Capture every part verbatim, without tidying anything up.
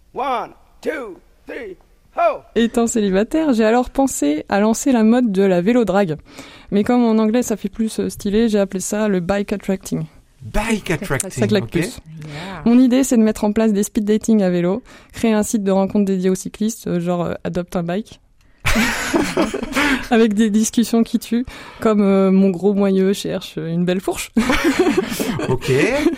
One, two, three, ho! Étant célibataire, j'ai alors pensé à lancer la mode de la vélo-drague. Mais comme en anglais ça fait plus stylé, j'ai appelé ça le bike attracting. Bike attracting, ça claque okay. plus. Yeah. Mon idée, c'est de mettre en place des speed dating à vélo, créer un site de rencontre dédié aux cyclistes, genre euh, adopte un bike. Avec des discussions qui tuent, comme euh, mon gros moyeu cherche une belle fourche. Ok.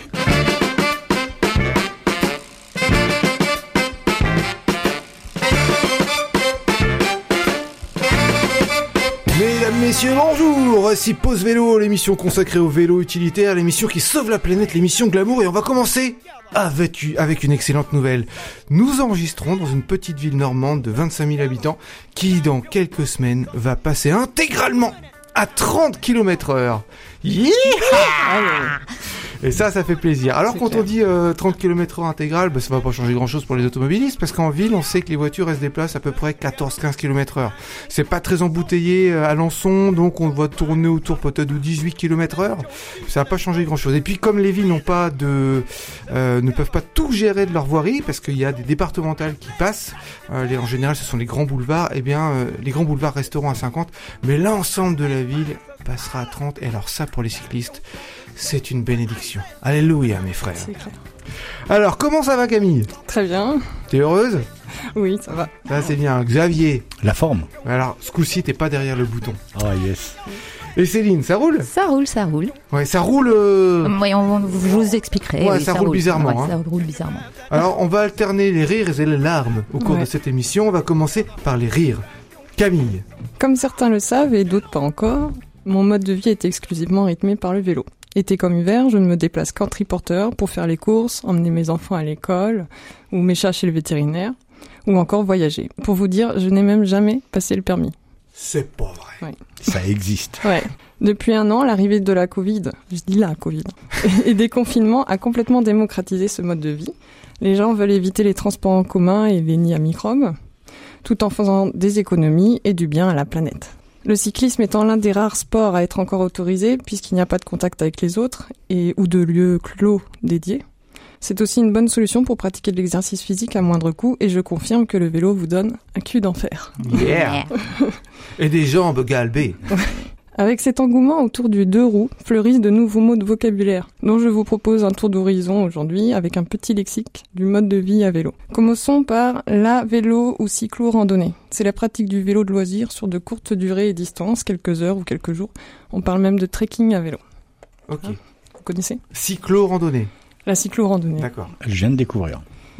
Mesdames, messieurs, bonjour. Voici Pause Vélo, l'émission consacrée au vélo utilitaire, l'émission qui sauve la planète, l'émission glamour. Et on va commencer avec, avec une excellente nouvelle. Nous enregistrons dans une petite ville normande de vingt-cinq mille habitants qui, dans quelques semaines, va passer intégralement à trente kilomètres heure. Yeah! Et ça, ça fait plaisir. Alors, c'est quand clair. On dit euh, trente kilomètres heure intégrale, bah, ça va pas changer grand-chose pour les automobilistes, parce qu'en ville, on sait que les voitures, elles se déplacent à peu près quatorze à quinze kilomètres heure. C'est pas très embouteillé à Alençon, donc on va tourner autour peut-être de dix-huit kilomètres heure. Ça va pas changer grand-chose. Et puis, comme les villes n'ont pas de, euh, ne peuvent pas tout gérer de leur voirie, parce qu'il y a des départementales qui passent, euh, les, en général, ce sont les grands boulevards, eh bien, euh, les grands boulevards resteront à cinquante, mais l'ensemble de la ville passera à trente. Et alors ça, pour les cyclistes, c'est une bénédiction. Alléluia, mes frères. C'est clair. Alors, comment ça va, Camille ? Très bien. T'es heureuse ? Oui, ça va. Ça, c'est bien. Xavier ? La forme. Alors, ce coup-ci, t'es pas derrière le bouton. Ah, oh, yes. Et Céline, ça roule ? Ça roule, ça roule. Ouais, ça roule... Euh... Oui, on, je vous expliquerai. Ouais, oui, ça, ça roule roule bizarrement. Ouais, hein. Ça roule bizarrement. Alors, on va alterner les rires et les larmes au cours ouais. de cette émission. On va commencer par les rires. Camille ? Comme certains le savent et d'autres pas encore, mon mode de vie est exclusivement rythmé par le vélo. Été comme hiver, je ne me déplace qu'en triporteur pour faire les courses, emmener mes enfants à l'école, ou mes chats chez le vétérinaire, ou encore voyager. Pour vous dire, je n'ai même jamais passé le permis. C'est pas vrai. Ouais. Ça existe. Ouais. Depuis un an, l'arrivée de la Covid, je dis la Covid, et des confinements a complètement démocratisé ce mode de vie. Les gens veulent éviter les transports en commun et les nids à microbes, tout en faisant des économies et du bien à la planète. Le cyclisme étant l'un des rares sports à être encore autorisé, puisqu'il n'y a pas de contact avec les autres, et ou de lieux clos dédiés. C'est aussi une bonne solution pour pratiquer de l'exercice physique à moindre coût, et je confirme que le vélo vous donne un cul d'enfer. Yeah. Et des jambes galbées. Avec cet engouement autour du deux roues, fleurissent de nouveaux mots de vocabulaire, dont je vous propose un tour d'horizon aujourd'hui avec un petit lexique du mode de vie à vélo. Commençons par la vélo ou cyclo-randonnée. C'est la pratique du vélo de loisir sur de courtes durées et distances, quelques heures ou quelques jours. On parle même de trekking à vélo. Ok. Hein, vous connaissez ? Cyclo-randonnée. La cyclo-randonnée. D'accord. Je viens de découvrir.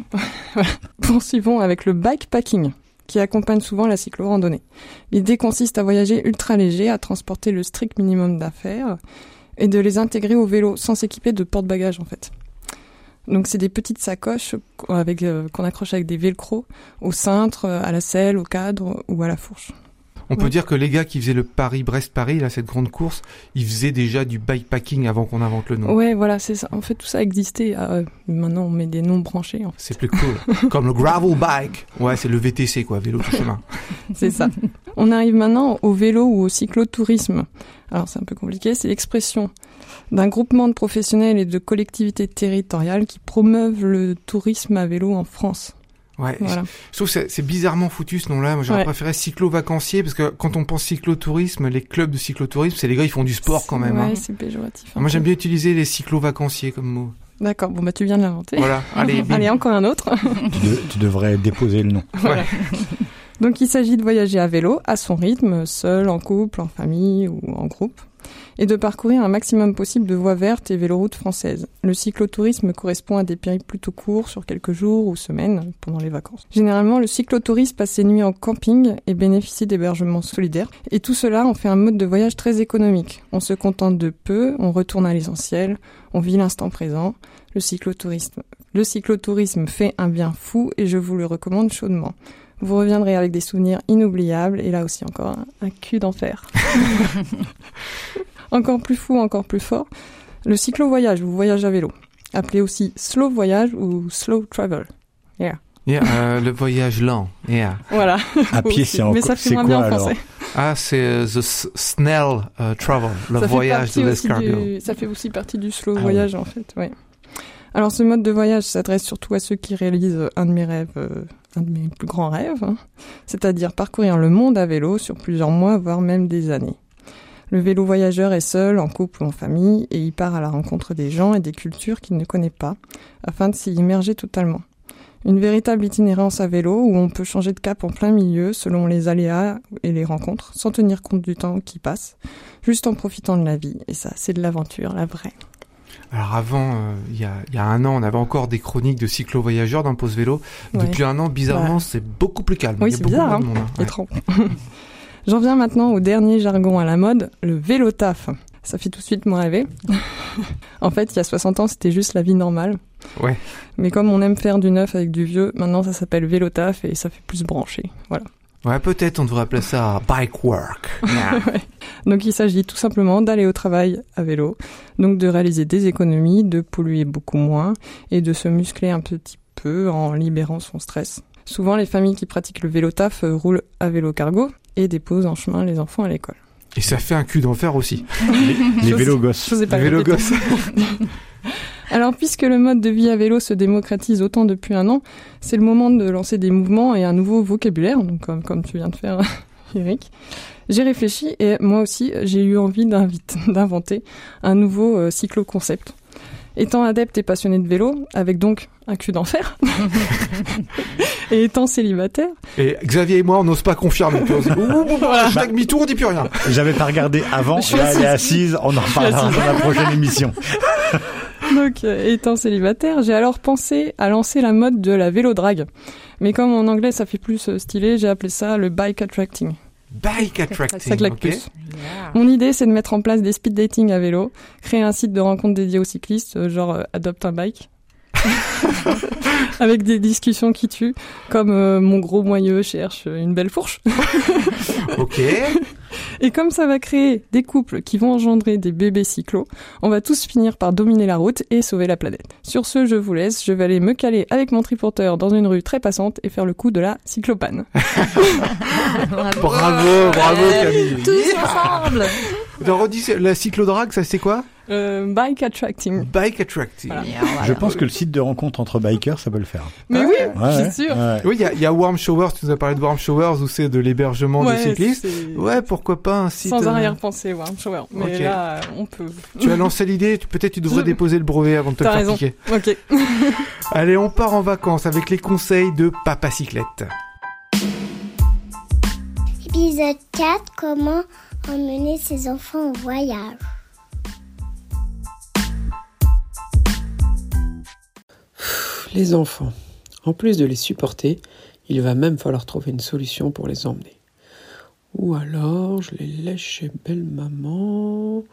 Poursuivons avec le bikepacking, qui accompagne souvent la cyclo-randonnée. L'idée consiste à voyager ultra léger, à transporter le strict minimum d'affaires et de les intégrer au vélo sans s'équiper de porte-bagages en fait. Donc c'est des petites sacoches avec, euh, qu'on accroche avec des velcro au cintre, à la selle, au cadre ou à la fourche. On ouais. peut dire que les gars qui faisaient le Paris-Brest-Paris, là, cette grande course, ils faisaient déjà du bikepacking avant qu'on invente le nom. Ouais, voilà, c'est ça. En fait, tout ça existait. Euh, maintenant, on met des noms branchés. En fait. C'est plus cool. Comme le gravel bike. Ouais, c'est le V T C, quoi, vélo tout chemin. C'est ça. On arrive maintenant au vélo ou au cyclotourisme. Alors, c'est un peu compliqué. C'est l'expression d'un groupement de professionnels et de collectivités territoriales qui promeuvent le tourisme à vélo en France. Ouais, voilà. je, je trouve que c'est, c'est bizarrement foutu ce nom-là. Moi, j'aurais ouais. préféré cyclo-vacancier, parce que quand on pense cyclotourisme, les clubs de cyclotourisme, c'est les gars, ils font du sport c'est, quand même. Ouais, hein. c'est péjoratif. Moi, j'aime bien utiliser les cyclo-vacanciers comme mot. D'accord, bon bah tu viens de l'inventer. Voilà, allez. Allez, encore un autre. tu, de, tu devrais déposer le nom. Voilà. Donc il s'agit de voyager à vélo, à son rythme, seul, en couple, en famille ou en groupe, et de parcourir un maximum possible de voies vertes et véloroutes françaises. Le cyclotourisme correspond à des périples plutôt courts sur quelques jours ou semaines pendant les vacances. Généralement, le cyclotouriste passe ses nuits en camping et bénéficie d'hébergements solidaires. Et tout cela en fait un mode de voyage très économique. On se contente de peu, on retourne à l'essentiel, on vit l'instant présent. Le cyclotourisme, le cyclotourisme fait un bien fou et je vous le recommande chaudement. Vous reviendrez avec des souvenirs inoubliables et là aussi encore un, un cul d'enfer. Encore plus fou, encore plus fort, le cyclo-voyage ou voyage à vélo, appelé aussi slow voyage ou slow travel. Yeah. Yeah, euh, le voyage lent. Yeah. Voilà. À pied, c'est encore. Mais ça fait c'est moins quoi, bien en alors français. Ah, c'est euh, the s- snell uh, travel, le ça voyage de l'escargot. Du, ça fait aussi partie du slow ah, voyage oui. en fait, ouais. Alors ce mode de voyage s'adresse surtout à ceux qui réalisent un de mes rêves, euh, un de mes plus grands rêves, hein, c'est-à-dire parcourir le monde à vélo sur plusieurs mois, voire même des années. Le vélo voyageur est seul, en couple ou en famille, et il part à la rencontre des gens et des cultures qu'il ne connaît pas, afin de s'y immerger totalement. Une véritable itinérance à vélo où on peut changer de cap en plein milieu selon les aléas et les rencontres, sans tenir compte du temps qui passe, juste en profitant de la vie. Et ça, c'est de l'aventure, la vraie. Alors avant, il euh, y, y a un an, on avait encore des chroniques de cyclo-voyageurs dans Pause Vélo. Ouais. Depuis un an, bizarrement, Ouais. c'est beaucoup plus calme. Oui, Il y a c'est beaucoup bizarre, moins de hein. monde, hein. Ouais. Étrange. J'en viens maintenant au dernier jargon à la mode, le vélo-taf. Ça fait tout de suite me rêver. En fait, il y a soixante ans, c'était juste la vie normale. Ouais. Mais comme on aime faire du neuf avec du vieux, maintenant ça s'appelle vélo-taf et ça fait plus branché. Voilà. Ouais, peut-être on devrait appeler ça bike work. Yeah. Ouais. Donc il s'agit tout simplement d'aller au travail à vélo, donc de réaliser des économies, de polluer beaucoup moins et de se muscler un petit peu en libérant son stress. Souvent, les familles qui pratiquent le vélo-taf euh, roulent à vélo cargo et déposent en chemin les enfants à l'école. Et ça fait un cul d'enfer aussi. Les, les vélos gosses. Je sais pas Les vélos répéter. gosses. Alors, puisque le mode de vie à vélo se démocratise autant depuis un an, c'est le moment de lancer des mouvements et un nouveau vocabulaire, donc comme, comme tu viens de faire, Eric. J'ai réfléchi et moi aussi, j'ai eu envie d'inventer un nouveau euh, cyclo-concept. Étant adepte et passionné de vélo, avec donc un cul d'enfer, et étant célibataire... Et Xavier et moi, on n'ose pas confirmer. Puis on se dit, ouh, bon, Voilà. hashtag MeToo, on dit plus rien. J'avais pas regardé avant, Je suis là elle est assise. assise, on en reparlera assise. dans la prochaine émission. Donc, euh, étant célibataire, j'ai alors pensé à lancer la mode de la vélo-drague. Mais comme en anglais, ça fait plus euh, stylé, j'ai appelé ça le bike attracting. Bike attracting. Ça claque ok. plus. Mon idée, c'est de mettre en place des speed dating à vélo, créer un site de rencontre dédié aux cyclistes, euh, genre euh, adopte un bike. Avec des discussions qui tuent, comme euh, mon gros moyeu cherche une belle fourche. Ok. Et comme ça va créer des couples qui vont engendrer des bébés cyclos, on va tous finir par dominer la route et sauver la planète. Sur ce, je vous laisse, je vais aller me caler avec mon triporteur dans une rue très passante et faire le coup de la cyclopane. Bravo, bravo Camille. Tous ensemble. Donc, redis, c'est- la cyclodrague, ça c'est quoi? Euh, bike attracting. Bike attracting. Voilà. Je pense que le site de rencontre entre bikers, ça peut le faire. Mais Ah oui, Ouais, je ouais, suis sûre. ouais. Oui, il y a, il y a Warm Showers, tu nous as parlé de Warm Showers où c'est de l'hébergement Ouais, de cyclistes. c'est- Ouais, pourquoi pas un site. Sans euh, arrière-pensée, ouais, shower. Mais Ok. là, on peut. Tu as lancé l'idée, tu- peut-être tu devrais Je- déposer le brevet avant de te le T'as faire raison. piquer. Ok. Allez, on part en vacances avec les conseils de Papa Cyclette. Épisode quatre. Comment emmener ses enfants au voyage. Les enfants. En plus de les supporter, il va même falloir trouver une solution pour les emmener. Ou alors, je les laisse chez belle maman.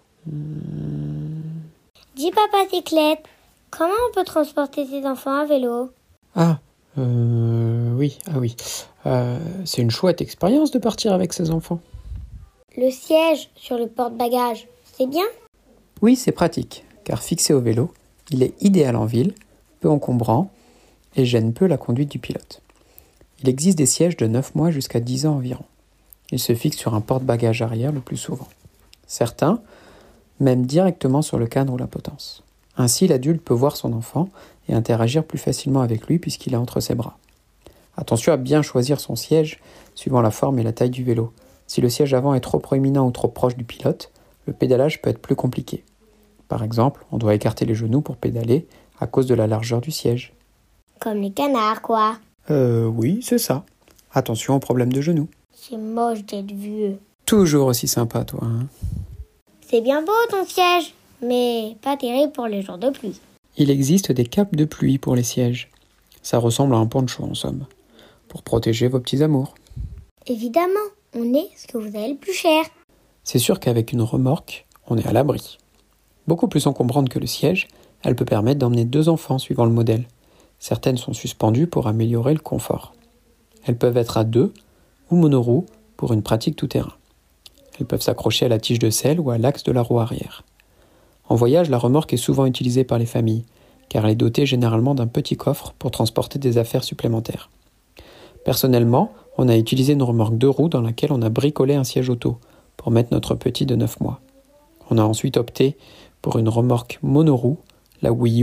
Hmm. Dis Papa Cyclette, comment on peut transporter ses enfants à vélo? Ah, euh, oui, ah oui. Euh, c'est une chouette expérience de partir avec ses enfants. Le siège sur le porte-bagages, c'est bien? Oui, c'est pratique, car fixé au vélo, il est idéal en ville, peu encombrant et gêne peu la conduite du pilote. Il existe des sièges de neuf mois jusqu'à dix ans environ. Il se fixe sur un porte-bagages arrière le plus souvent. Certains, même directement sur le cadre ou la potence. Ainsi, l'adulte peut voir son enfant et interagir plus facilement avec lui puisqu'il est entre ses bras. Attention à bien choisir son siège suivant la forme et la taille du vélo. Si le siège avant est trop proéminent ou trop proche du pilote, le pédalage peut être plus compliqué. Par exemple, on doit écarter les genoux pour pédaler à cause de la largeur du siège. Comme les canards, quoi. Euh, oui, c'est ça. Attention aux problèmes de genoux. C'est moche d'être vieux. Toujours aussi sympa, toi, hein. C'est bien beau ton siège, mais pas terrible pour les jours de pluie. Il existe des capes de pluie pour les sièges. Ça ressemble à un poncho, en somme. Pour protéger vos petits amours. Évidemment, on est ce que vous avez le plus cher. C'est sûr qu'avec une remorque, on est à l'abri. Beaucoup plus encombrante que le siège, elle peut permettre d'emmener deux enfants suivant le modèle. Certaines sont suspendues pour améliorer le confort. Elles peuvent être à deux ou monoroues pour une pratique tout-terrain. Elles peuvent s'accrocher à la tige de selle ou à l'axe de la roue arrière. En voyage, la remorque est souvent utilisée par les familles, car elle est dotée généralement d'un petit coffre pour transporter des affaires supplémentaires. Personnellement, on a utilisé une remorque deux roues dans laquelle on a bricolé un siège auto pour mettre notre petit de neuf mois. On a ensuite opté pour une remorque monoroue, la Wii U,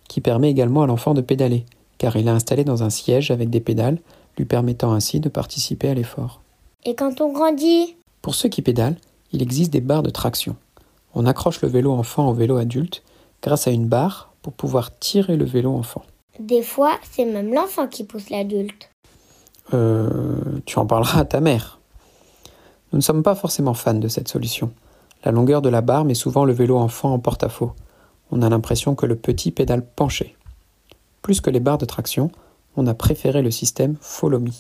qui permet également à l'enfant de pédaler, car il est installé dans un siège avec des pédales, lui permettant ainsi de participer à l'effort. Et quand on grandit? Pour ceux qui pédalent, il existe des barres de traction. On accroche le vélo enfant au vélo adulte grâce à une barre pour pouvoir tirer le vélo enfant. Des fois, c'est même l'enfant qui pousse l'adulte. Euh, tu en parleras à ta mère. Nous ne sommes pas forcément fans de cette solution. La longueur de la barre met souvent le vélo enfant en porte-à-faux. On a l'impression que le petit pédale penché. Plus que les barres de traction, on a préféré le système Follow Me.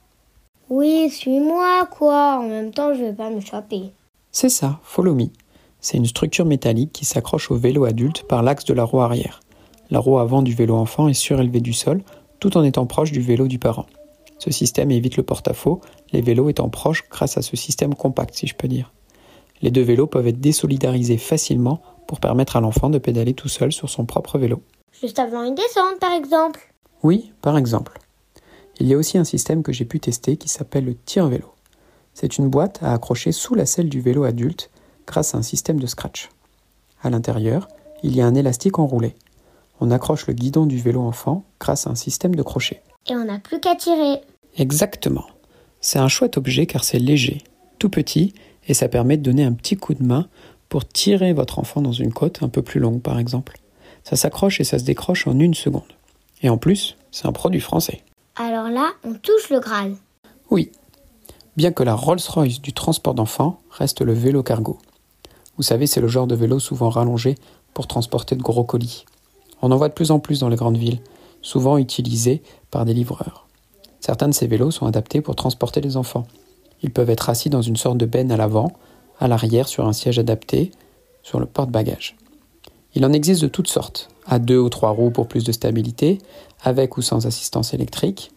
Oui, suis-moi, quoi. En même temps, je vais pas m'échapper. C'est ça, Follow Me. C'est une structure métallique qui s'accroche au vélo adulte par l'axe de la roue arrière. La roue avant du vélo enfant est surélevée du sol, tout en étant proche du vélo du parent. Ce système évite le porte-à-faux, les vélos étant proches grâce à ce système compact, si je peux dire. Les deux vélos peuvent être désolidarisés facilement pour permettre à l'enfant de pédaler tout seul sur son propre vélo. Juste avant une descente, par exemple. Oui, par exemple. Il y a aussi un système que j'ai pu tester qui s'appelle le tire-vélo. C'est une boîte à accrocher sous la selle du vélo adulte grâce à un système de scratch. À l'intérieur, il y a un élastique enroulé. On accroche le guidon du vélo enfant grâce à un système de crochet. Et on n'a plus qu'à tirer. Exactement. C'est un chouette objet car c'est léger, tout petit, et ça permet de donner un petit coup de main pour tirer votre enfant dans une côte un peu plus longue par exemple. Ça s'accroche et ça se décroche en une seconde. Et en plus, c'est un produit français. Alors là, on touche le Graal. Oui, bien que la Rolls-Royce du transport d'enfants reste le vélo cargo. Vous savez, c'est le genre de vélo souvent rallongé pour transporter de gros colis. On en voit de plus en plus dans les grandes villes, souvent utilisés par des livreurs. Certains de ces vélos sont adaptés pour transporter les enfants. Ils peuvent être assis dans une sorte de benne à l'avant, à l'arrière sur un siège adapté, sur le porte-bagages. Il en existe de toutes sortes, à deux ou trois roues pour plus de stabilité, avec ou sans assistance électrique.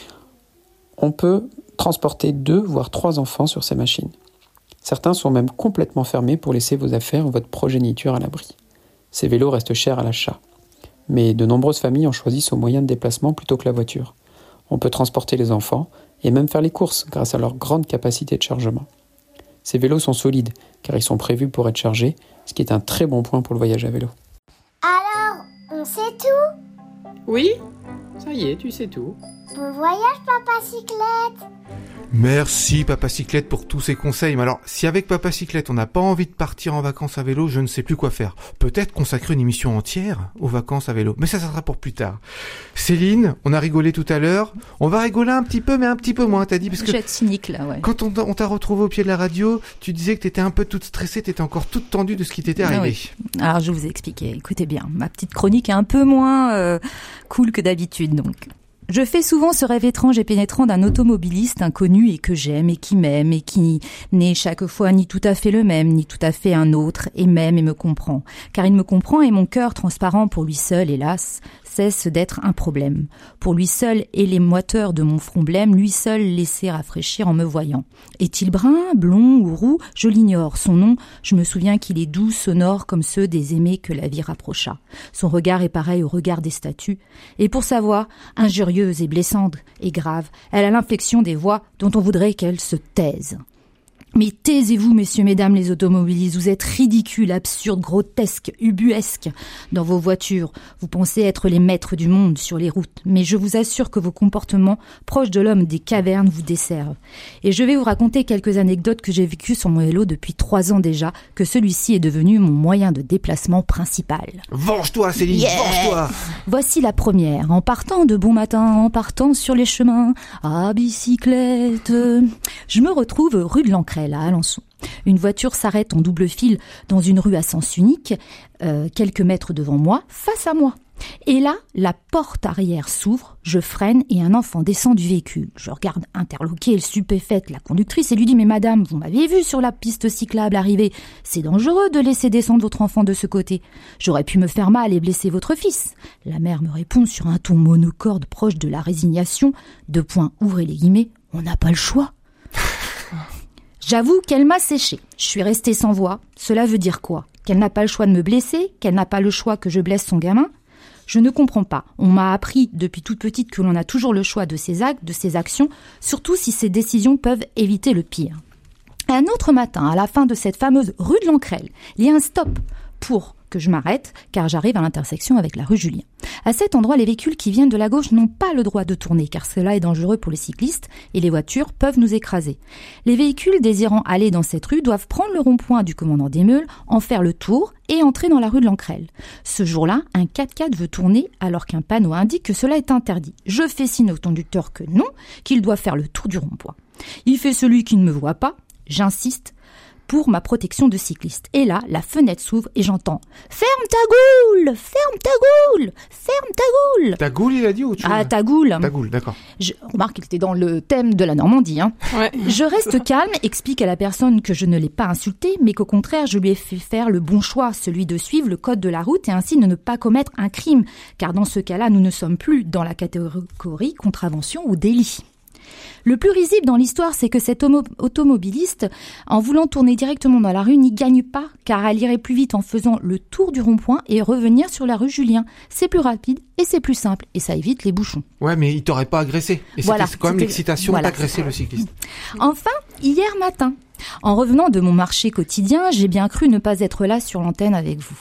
On peut transporter deux voire trois enfants sur ces machines. Certains sont même complètement fermés pour laisser vos affaires ou votre progéniture à l'abri. Ces vélos restent chers à l'achat. Mais de nombreuses familles ont choisi ce moyen de déplacement plutôt que la voiture. On peut transporter les enfants et même faire les courses grâce à leur grande capacité de chargement. Ces vélos sont solides car ils sont prévus pour être chargés, ce qui est un très bon point pour le voyage à vélo. Alors, on sait tout? Oui, ça y est, tu sais tout. Bon voyage, Papa Cyclette. Merci Papa Cyclette pour tous ces conseils. Mais alors, si avec Papa Cyclette on n'a pas envie de partir en vacances à vélo, je ne sais plus quoi faire. Peut-être consacrer une émission entière aux vacances à vélo. Mais ça, ça sera pour plus tard. Céline, on a rigolé tout à l'heure. On va rigoler un petit peu, mais un petit peu moins, t'as dit. Parce que je vais être cynique là, ouais. Quand on t'a, on t'a retrouvé au pied de la radio, tu disais que t'étais un peu toute stressée, t'étais encore toute tendue de ce qui t'était arrivé. Ah oui. Alors je vous ai expliqué. Écoutez bien, ma petite chronique est un peu moins euh, cool que d'habitude, donc. Je fais souvent ce rêve étrange et pénétrant d'un automobiliste inconnu et que j'aime et qui m'aime et qui n'est chaque fois ni tout à fait le même, ni tout à fait un autre, et m'aime et me comprend. Car il me comprend et mon cœur transparent pour lui seul, hélas, cesse d'être un problème. Pour lui seul et les moiteurs de mon front blême, lui seul laisser rafraîchir en me voyant. Est-il brun, blond ou roux? Je l'ignore. Son nom, je me souviens qu'il est doux, sonore comme ceux des aimés que la vie rapprocha. Son regard est pareil au regard des statues. Et pour sa voix, injurieuse et blessante et grave, elle a l'inflexion des voix dont on voudrait qu'elle se taise. Mais taisez-vous, messieurs, mesdames les automobilistes, vous êtes ridicules, absurdes, grotesques, ubuesques dans vos voitures. Vous pensez être les maîtres du monde sur les routes, mais je vous assure que vos comportements proches de l'homme des cavernes vous desservent. Et je vais vous raconter quelques anecdotes que j'ai vécues sur mon vélo depuis trois ans déjà, que celui-ci est devenu mon moyen de déplacement principal. Venge-toi, Céline, Yeah. venge-toi! Voici la première. En partant de bon matin, en partant sur les chemins, à bicyclette, je me retrouve rue de l'Ancrelle, à Alençon. Une voiture s'arrête en double fil dans une rue à sens unique, euh, quelques mètres devant moi, face à moi. Et là, la porte arrière s'ouvre, je freine et un enfant descend du véhicule. Je regarde interloquée et stupéfaite la conductrice et lui dis « Mais madame, vous m'aviez vu sur la piste cyclable arriver. C'est dangereux de laisser descendre votre enfant de ce côté. J'aurais pu me faire mal et blesser votre fils. » La mère me répond sur un ton monocorde proche de la résignation. Deux points, ouvrez les guillemets, on n'a pas le choix. J'avoue qu'elle m'a séché. Je suis restée sans voix. Cela veut dire quoi? Qu'elle n'a pas le choix de me blesser? Qu'elle n'a pas le choix que je blesse son gamin? Je ne comprends pas. On m'a appris depuis toute petite que l'on a toujours le choix de ses actes, de ses actions, surtout si ces décisions peuvent éviter le pire. Un autre matin, à la fin de cette fameuse rue de l'Ancrelle, il y a un stop pour que je m'arrête car j'arrive à l'intersection avec la rue Julien. À cet endroit, les véhicules qui viennent de la gauche n'ont pas le droit de tourner car cela est dangereux pour les cyclistes et les voitures peuvent nous écraser. Les véhicules désirant aller dans cette rue doivent prendre le rond-point du commandant des Meules, en faire le tour et entrer dans la rue de l'Ancrelle. Ce jour-là, un quatre-quatre veut tourner alors qu'un panneau indique que cela est interdit. Je fais signe au conducteur que non, qu'il doit faire le tour du rond-point. Il fait celui qui ne me voit pas. J'insiste pour ma protection de cycliste. Et là, la fenêtre s'ouvre et j'entends « Ferme ta goule! Ferme ta goule! Ferme ta goule !» Ta goule, il a dit ou autre chose? Ah, ta goule. Ta goule, d'accord. Je remarque qu'il était dans le thème de la Normandie. Hein. Ouais. Je reste calme, explique à la personne que je ne l'ai pas insulté, mais qu'au contraire, je lui ai fait faire le bon choix, celui de suivre le code de la route et ainsi de ne pas commettre un crime. Car dans ce cas-là, nous ne sommes plus dans la catégorie contravention ou délit. Le plus risible dans l'histoire, c'est que cet homo- automobiliste, en voulant tourner directement dans la rue, n'y gagne pas, car elle irait plus vite en faisant le tour du rond-point et revenir sur la rue Julien. C'est plus rapide et c'est plus simple, et ça évite les bouchons. Ouais, mais il t'aurait pas agressé. Et Voilà, c'était quand même c'était- l'excitation voilà, d'agresser c'est ça. le cycliste. Enfin, hier matin, en revenant de mon marché quotidien, j'ai bien cru ne pas être là sur l'antenne avec vous.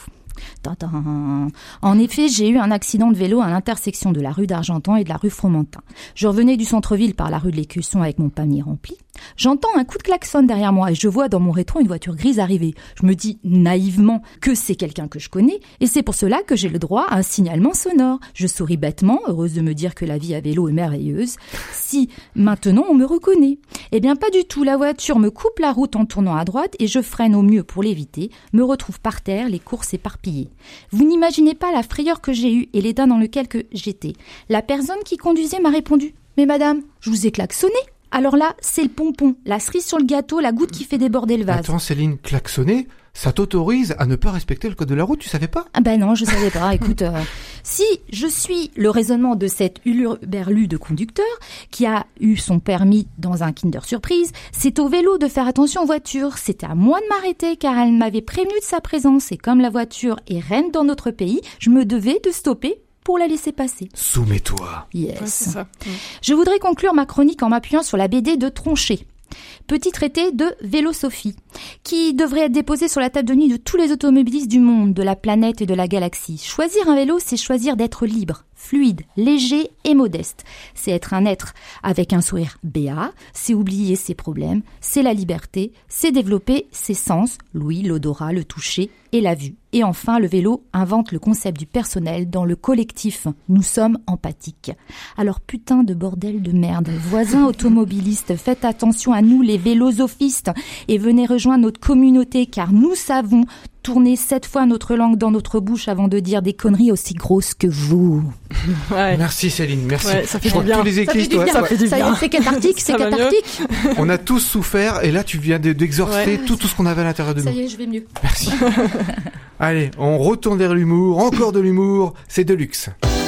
Tadam. En effet, j'ai eu un accident de vélo à l'intersection de la rue d'Argentan et de la rue Fromentin. Je revenais du centre-ville par la rue de l'Écusson avec mon panier rempli. J'entends un coup de klaxon derrière moi et je vois dans mon rétro une voiture grise arriver. Je me dis naïvement que c'est quelqu'un que je connais et c'est pour cela que j'ai le droit à un signalement sonore. Je souris bêtement, heureuse de me dire que la vie à vélo est merveilleuse. Si maintenant on me reconnaît. Eh bien pas du tout, la voiture me coupe la route en tournant à droite et je freine au mieux pour l'éviter, me retrouve par terre, les courses éparpillées. Vous n'imaginez pas la frayeur que j'ai eue et l'état dans lequel que j'étais. La personne qui conduisait m'a répondu « Mais madame, je vous ai klaxonné !» Alors là, c'est le pompon, la cerise sur le gâteau, la goutte qui fait déborder le vase. Attends, Céline, klaxonner, ça t'autorise à ne pas respecter le code de la route, tu savais pas? Ah ben non, je savais pas. Écoute, euh, si je suis le raisonnement de cet hurluberlu de conducteur qui a eu son permis dans un Kinder Surprise, c'est au vélo de faire attention aux voitures. C'était à moi de m'arrêter car elle m'avait prévenu de sa présence et comme la voiture est reine dans notre pays, je me devais de stopper pour la laisser passer. Soumets-toi. Yes. Ouais, c'est ça. Je voudrais conclure ma chronique en m'appuyant sur la B D de Tronchet. Petit traité de Vélosophie, qui devrait être déposé sur la table de nuit de tous les automobilistes du monde, de la planète et de la galaxie. Choisir un vélo, c'est choisir d'être libre, fluide, léger et modeste. C'est être un être avec un sourire béat, c'est oublier ses problèmes, c'est la liberté, c'est développer ses sens, l'ouïe, l'odorat, le toucher et la vue. Et enfin, le vélo invente le concept du personnel dans le collectif. Nous sommes empathiques. Alors putain de bordel de merde, voisins automobilistes, faites attention à nous les vélosophistes et venez rejoindre notre communauté car nous savons tourner sept fois notre langue dans notre bouche avant de dire des conneries aussi grosses que vous. Ouais. Merci Céline, merci. Ouais, ça fait Je crois du que bien. tous les Ça fait éclistes, du ouais, bien. ça fait du Ça y est, bien. c'est cathartique, c'est Ça va mieux. cathartique. on a tous souffert et là tu viens de- d'exorcer Ouais. tout, tout ce qu'on avait à l'intérieur de Ça nous. y est, je vais mieux. Merci. Allez, on retourne vers l'humour, encore de l'humour, c'est de luxe.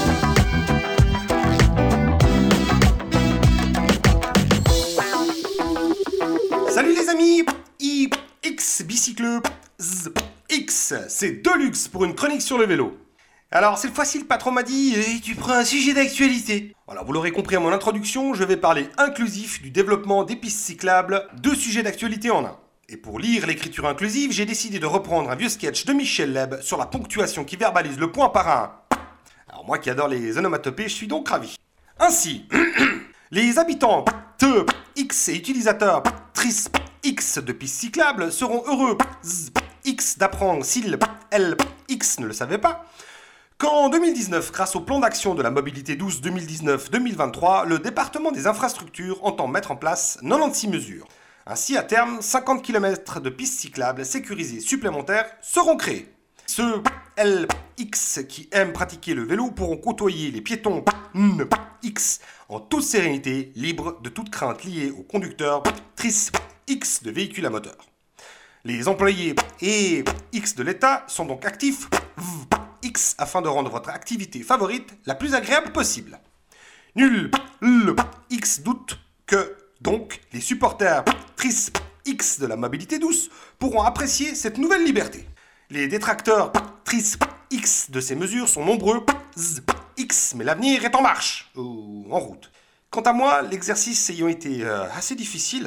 Salut les amis, I X Bicycle Z X, c'est Deluxe pour une chronique sur le vélo. Alors cette fois-ci le patron m'a dit eh, tu prends un sujet d'actualité. Voilà, vous l'aurez compris à mon introduction, je vais parler inclusif du développement des pistes cyclables, deux sujets d'actualité en un. Et pour lire l'écriture inclusive, j'ai décidé de reprendre un vieux sketch de Michel Leb sur la ponctuation qui verbalise le point par un. Alors moi qui adore les onomatopées, je suis donc ravi. Ainsi, les habitants T X et utilisateurs Tris X de pistes cyclables seront heureux Z, X d'apprendre s'ils L X ne le savaient pas qu'en deux mille dix-neuf, grâce au plan d'action de la mobilité douce deux mille dix-neuf deux mille vingt-trois, le département des infrastructures entend mettre en place quatre-vingt-seize mesures. Ainsi, à terme, cinquante kilomètres de pistes cyclables sécurisées supplémentaires seront créés. Ceux L X qui aiment pratiquer le vélo pourront côtoyer les piétons N X en toute sérénité, libres de toute crainte liée aux conducteurs Tris X de véhicules à moteur. Les employés et X de l'État sont donc actifs V X afin de rendre votre activité favorite la plus agréable possible. Nul L X doute que, donc, les supporters Tris X de la mobilité douce pourront apprécier cette nouvelle liberté. Les détracteurs Tris X de ces mesures sont nombreux Z X, mais l'avenir est en marche, ou en route. Quant à moi, l'exercice ayant été euh, assez difficile,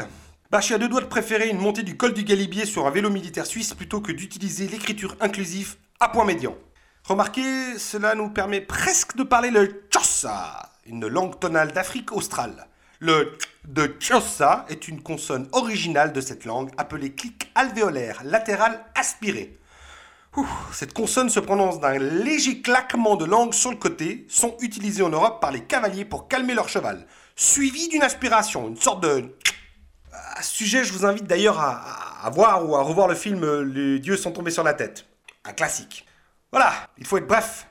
Bah, je suis à deux doigts de préférer une montée du col du Galibier sur un vélo militaire suisse plutôt que d'utiliser l'écriture inclusive à point médian. Remarquez, cela nous permet presque de parler le Xhosa, une langue tonale d'Afrique australe. Le de Xhosa est une consonne originale de cette langue appelée clic alvéolaire latéral aspiré. Ouh, cette consonne se prononce d'un léger claquement de langue sur le côté, son utilisé en Europe par les cavaliers pour calmer leur cheval, suivi d'une aspiration, une sorte de... À ce sujet, je vous invite d'ailleurs à, à voir ou à revoir le film « Les dieux sont tombés sur la tête », un classique. Voilà, il faut être bref.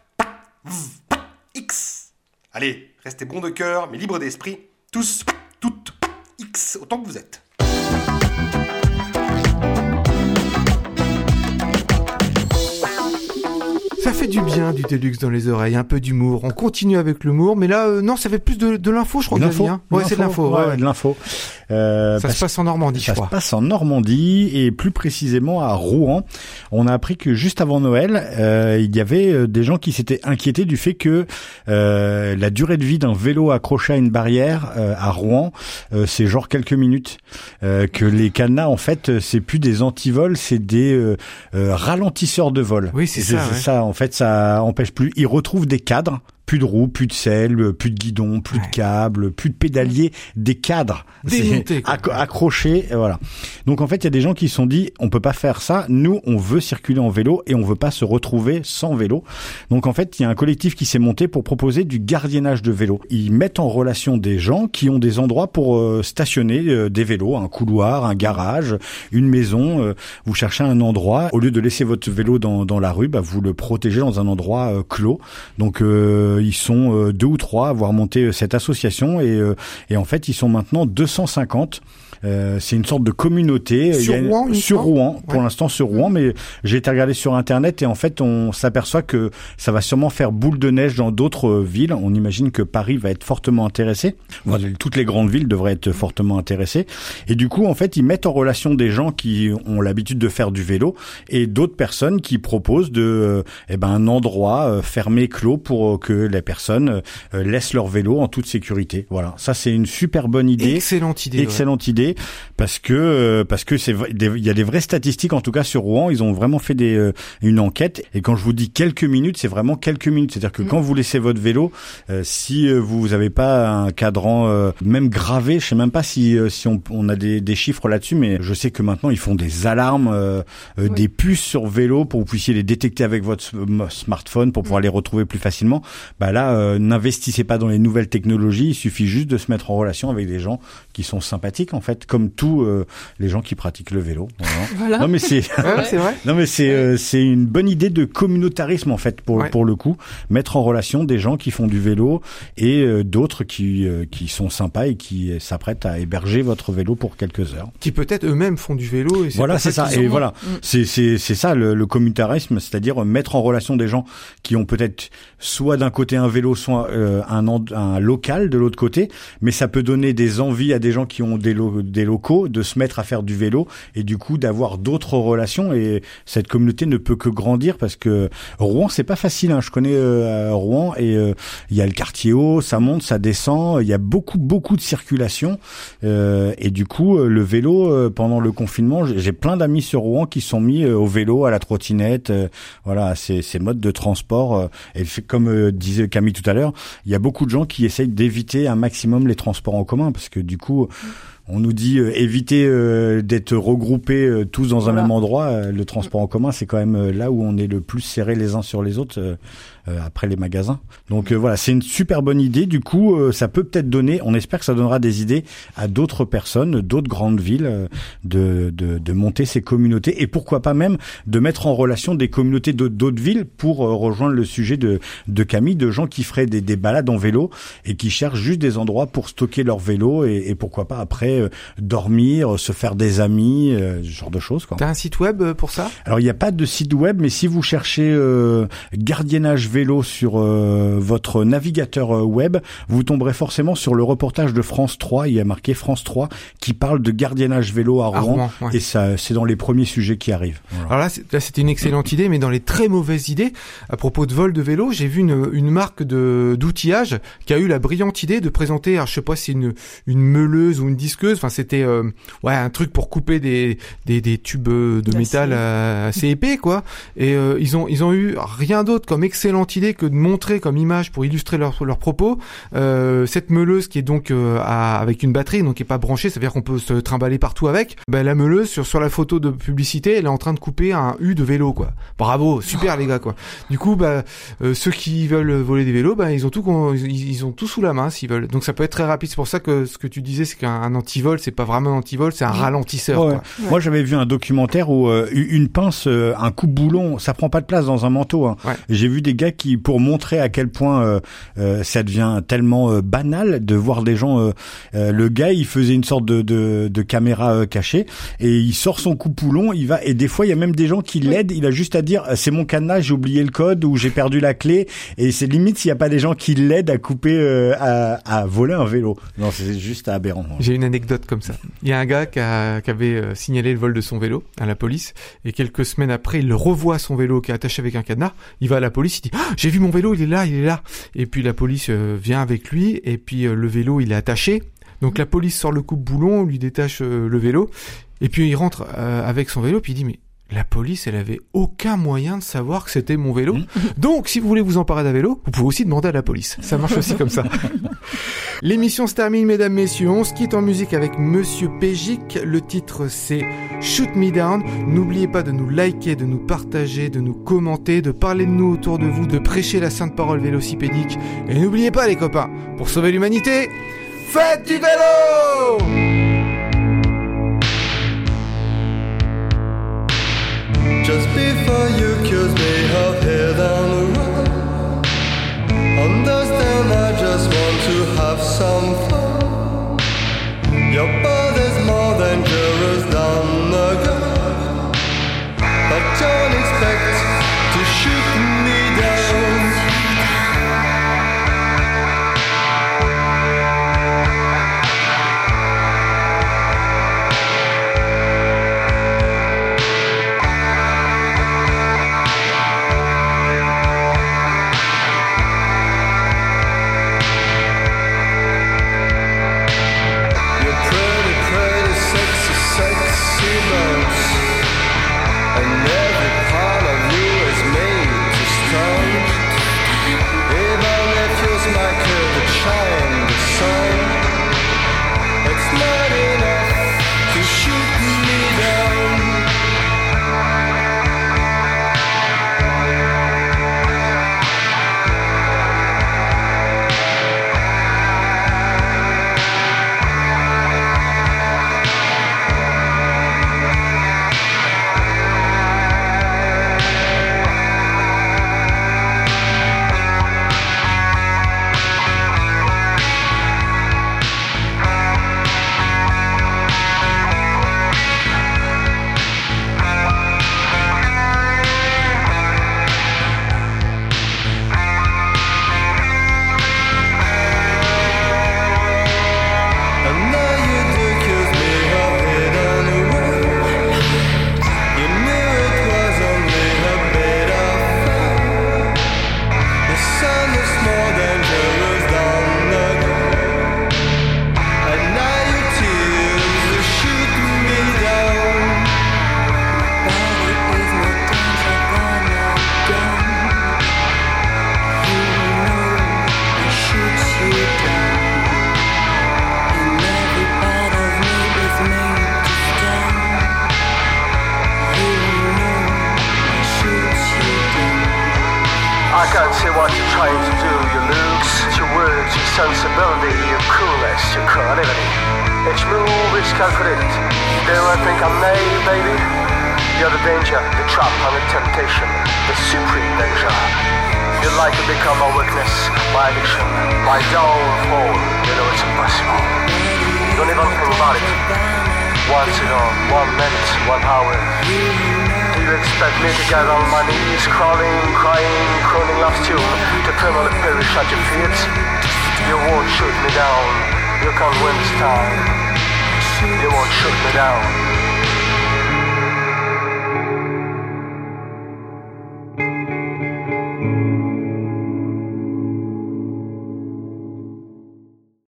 X. Allez, restez bons de cœur, mais libres d'esprit. Tous, toutes, X, autant que vous êtes. Ça fait du bien du Deluxe dans les oreilles, un peu d'humour. On continue avec l'humour, mais là, euh, non, ça fait plus de, de l'info, je crois. L'info, que hein. Ouais, c'est de l'info. Ouais, Ouais, ouais. de l'info. Euh, ça se passe en Normandie, je Ça crois. se passe en Normandie et plus précisément à Rouen. On a appris que juste avant Noël, euh, il y avait des gens qui s'étaient inquiétés du fait que euh, la durée de vie d'un vélo accroché à une barrière euh, à Rouen, euh, c'est genre quelques minutes. Euh, que les cadenas, en fait, c'est plus des antivols, c'est des euh, euh, ralentisseurs de vol. Oui, c'est ça. Ouais. ça. En fait, ça empêche plus. Ils retrouvent des cadres. Plus de roues, plus de selle, plus de guidon, plus ouais. de câbles, plus de pédaliers, des cadres démontés, acc- accrochés, voilà. Donc en fait, il y a des gens qui se sont dit, on peut pas faire ça. Nous, on veut circuler en vélo et on veut pas se retrouver sans vélo. Donc en fait, il y a un collectif qui s'est monté pour proposer du gardiennage de vélo. Ils mettent en relation des gens qui ont des endroits pour euh, stationner euh, des vélos, un couloir, un garage, une maison. Euh, vous cherchez un endroit, au lieu de laisser votre vélo dans, dans la rue, bah, vous le protégez dans un endroit euh, clos. Donc euh, ils sont euh, deux ou trois à avoir monté euh, cette association et, euh, et en fait ils sont maintenant deux cent cinquante. Euh, c'est une sorte de communauté sur il y a une, Rouen, sur Rouen pour ouais. l'instant sur Rouen, mais j'ai été regarder sur internet et en fait on s'aperçoit que ça va sûrement faire boule de neige dans d'autres villes. On imagine que Paris va être fortement intéressé. Voilà, toutes les grandes villes devraient être fortement intéressées et du coup en fait ils mettent en relation des gens qui ont l'habitude de faire du vélo et d'autres personnes qui proposent de euh, eh ben un endroit euh, fermé clos pour que les personnes euh, laissent leur vélo en toute sécurité. Voilà, ça c'est une super bonne idée. Excellente idée. Excellente ouais. idée. Parce que euh, parce que c'est il y a des vraies statistiques en tout cas sur Rouen, ils ont vraiment fait des euh, une enquête et quand je vous dis quelques minutes, c'est vraiment quelques minutes, c'est-à-dire que mmh. quand vous laissez votre vélo, euh, si euh, vous avez pas un cadran euh, même gravé, je sais même pas si euh, si on, on a des des chiffres là-dessus, mais je sais que maintenant ils font des alarmes, euh, euh, oui. des puces sur vélo pour que vous puissiez les détecter avec votre smartphone pour pouvoir mmh. les retrouver plus facilement. Bah là, euh, n'investissez pas dans les nouvelles technologies, il suffit juste de se mettre en relation avec des gens qui sont sympathiques en fait, comme tous euh, les gens qui pratiquent le vélo. Voilà. Non mais c'est, ouais, c'est vrai. non mais c'est, euh, c'est une bonne idée de communautarisme en fait pour ouais. pour le coup, mettre en relation des gens qui font du vélo et euh, d'autres qui euh, qui sont sympas et qui s'apprêtent à héberger votre vélo pour quelques heures. Qui peut-être eux-mêmes font du vélo. Et c'est voilà, c'est ça. Et voilà, mmh. c'est c'est c'est ça le, le communautarisme, c'est-à-dire mettre en relation des gens qui ont peut-être soit d'un côté un vélo, soit euh, un un local de l'autre côté, mais ça peut donner des envies à des gens qui ont des lo- des locaux de se mettre à faire du vélo et du coup d'avoir d'autres relations et cette communauté ne peut que grandir parce que Rouen c'est pas facile hein. Je connais euh, Rouen et il euh, y a le quartier haut, ça monte, ça descend, il y a beaucoup beaucoup de circulation euh, et du coup le vélo euh, pendant le confinement, j'ai plein d'amis sur Rouen qui sont mis euh, au vélo, à la trottinette, euh, voilà, ces ces modes de transport euh, et comme euh, disait Camille tout à l'heure, il y a beaucoup de gens qui essayent d'éviter un maximum les transports en commun parce que du coup on nous dit euh, éviter euh, d'être regroupés euh, tous dans voilà. un même endroit. Euh, le transport en commun, c'est quand même euh, là où on est le plus serrés les uns sur les autres euh, euh, après les magasins. Donc euh, voilà, c'est une super bonne idée. Du coup, euh, ça peut peut-être donner, on espère que ça donnera des idées à d'autres personnes, d'autres grandes villes, euh, de, de, de monter ces communautés et pourquoi pas même de mettre en relation des communautés d'autres villes pour euh, rejoindre le sujet de, de Camille, de gens qui feraient des, des balades en vélo et qui cherchent juste des endroits pour stocker leur vélo et, et pourquoi pas après Euh, dormir, se faire des amis, euh, ce genre de choses quoi. T'as un site web pour ça? Alors il n'y a pas de site web, mais si vous cherchez euh, gardiennage vélo sur euh, votre navigateur euh, web, vous tomberez forcément sur le reportage de France trois. Il y a marqué France trois qui parle de gardiennage vélo à Rouen, à Rouen ouais. et ça, c'est dans les premiers sujets qui arrivent. Voilà. Alors là, c'est, là, c'était une excellente idée, mais dans les très mauvaises idées, à propos de vol de vélo, j'ai vu une, une marque de d'outillage qui a eu la brillante idée de présenter, alors je sais pas si c'est une une meuleuse ou une disqueuse, enfin c'était euh, ouais un truc pour couper des des, des tubes de D'acier. métal euh, assez épais quoi. Et euh, ils ont ils ont eu rien d'autre comme excellente idée que de montrer comme image pour illustrer leurs leurs propos euh, cette meuleuse qui est donc euh, à, avec une batterie, donc qui est pas branchée, ça veut dire qu'on peut se trimballer partout avec. Ben la meuleuse sur sur la photo de publicité, elle est en train de couper un U de vélo quoi. Bravo, super les gars quoi. Du coup bah euh, ceux qui veulent voler des vélos, bah ils ont tout ils, ils ont tout sous la main s'ils veulent. Donc ça peut être très rapide. C'est pour ça que ce que tu disais, c'est qu'un antivol, c'est pas vraiment un antivol, c'est un ralentisseur. Ouais. Quoi. Ouais. Moi j'avais vu un documentaire où euh, une pince, euh, un coupe-boulon, ça prend pas de place dans un manteau. Hein. Ouais. J'ai vu des gars qui, pour montrer à quel point euh, euh, ça devient tellement euh, banal de voir des gens. Euh, euh, le gars, il faisait une sorte de de, de caméra euh, cachée et il sort son coupe-boulon, il va et des fois il y a même des gens qui l'aident. Il a juste à dire c'est mon cadenas, j'ai oublié le code ou j'ai perdu la clé. Et c'est limite s'il y a pas des gens qui l'aident à couper, euh, à, à voler un vélo. Non, c'est juste aberrant. J'ai une anecdote comme ça. Il y a un gars qui, a, qui avait euh, signalé le vol de son vélo à la police et quelques semaines après, il le revoit son vélo qui est attaché avec un cadenas. Il va à la police, il dit ah, j'ai vu mon vélo, il est là, il est là. Et puis la police euh, vient avec lui et puis euh, le vélo il est attaché. Donc la police sort le coupe-boulon, lui détache euh, le vélo et puis il rentre euh, avec son vélo puis il dit mais la police, elle avait aucun moyen de savoir que c'était mon vélo. Mmh. Donc, si vous voulez vous emparer d'un vélo, vous pouvez aussi demander à la police. Ça marche aussi comme ça. L'émission se termine, mesdames, messieurs. On se quitte en musique avec Monsieur Pégic. Le titre, c'est Shoot Me Down. N'oubliez pas de nous liker, de nous partager, de nous commenter, de parler de nous autour de vous, de prêcher la sainte parole vélocipédique. Et n'oubliez pas, les copains, pour sauver l'humanité, faites du vélo! Just before you kiss me, have head on the road. Understand I just want to have some fun. Your body's more dangerous than a gun, but don't expect to shoot me down. Once in all, one minute, one hour. you expect me to get on my knees, crawling, crying, crooning lost tune to criminal perish at your feet? You won't shoot me down, you can win this time. You won't shoot me down.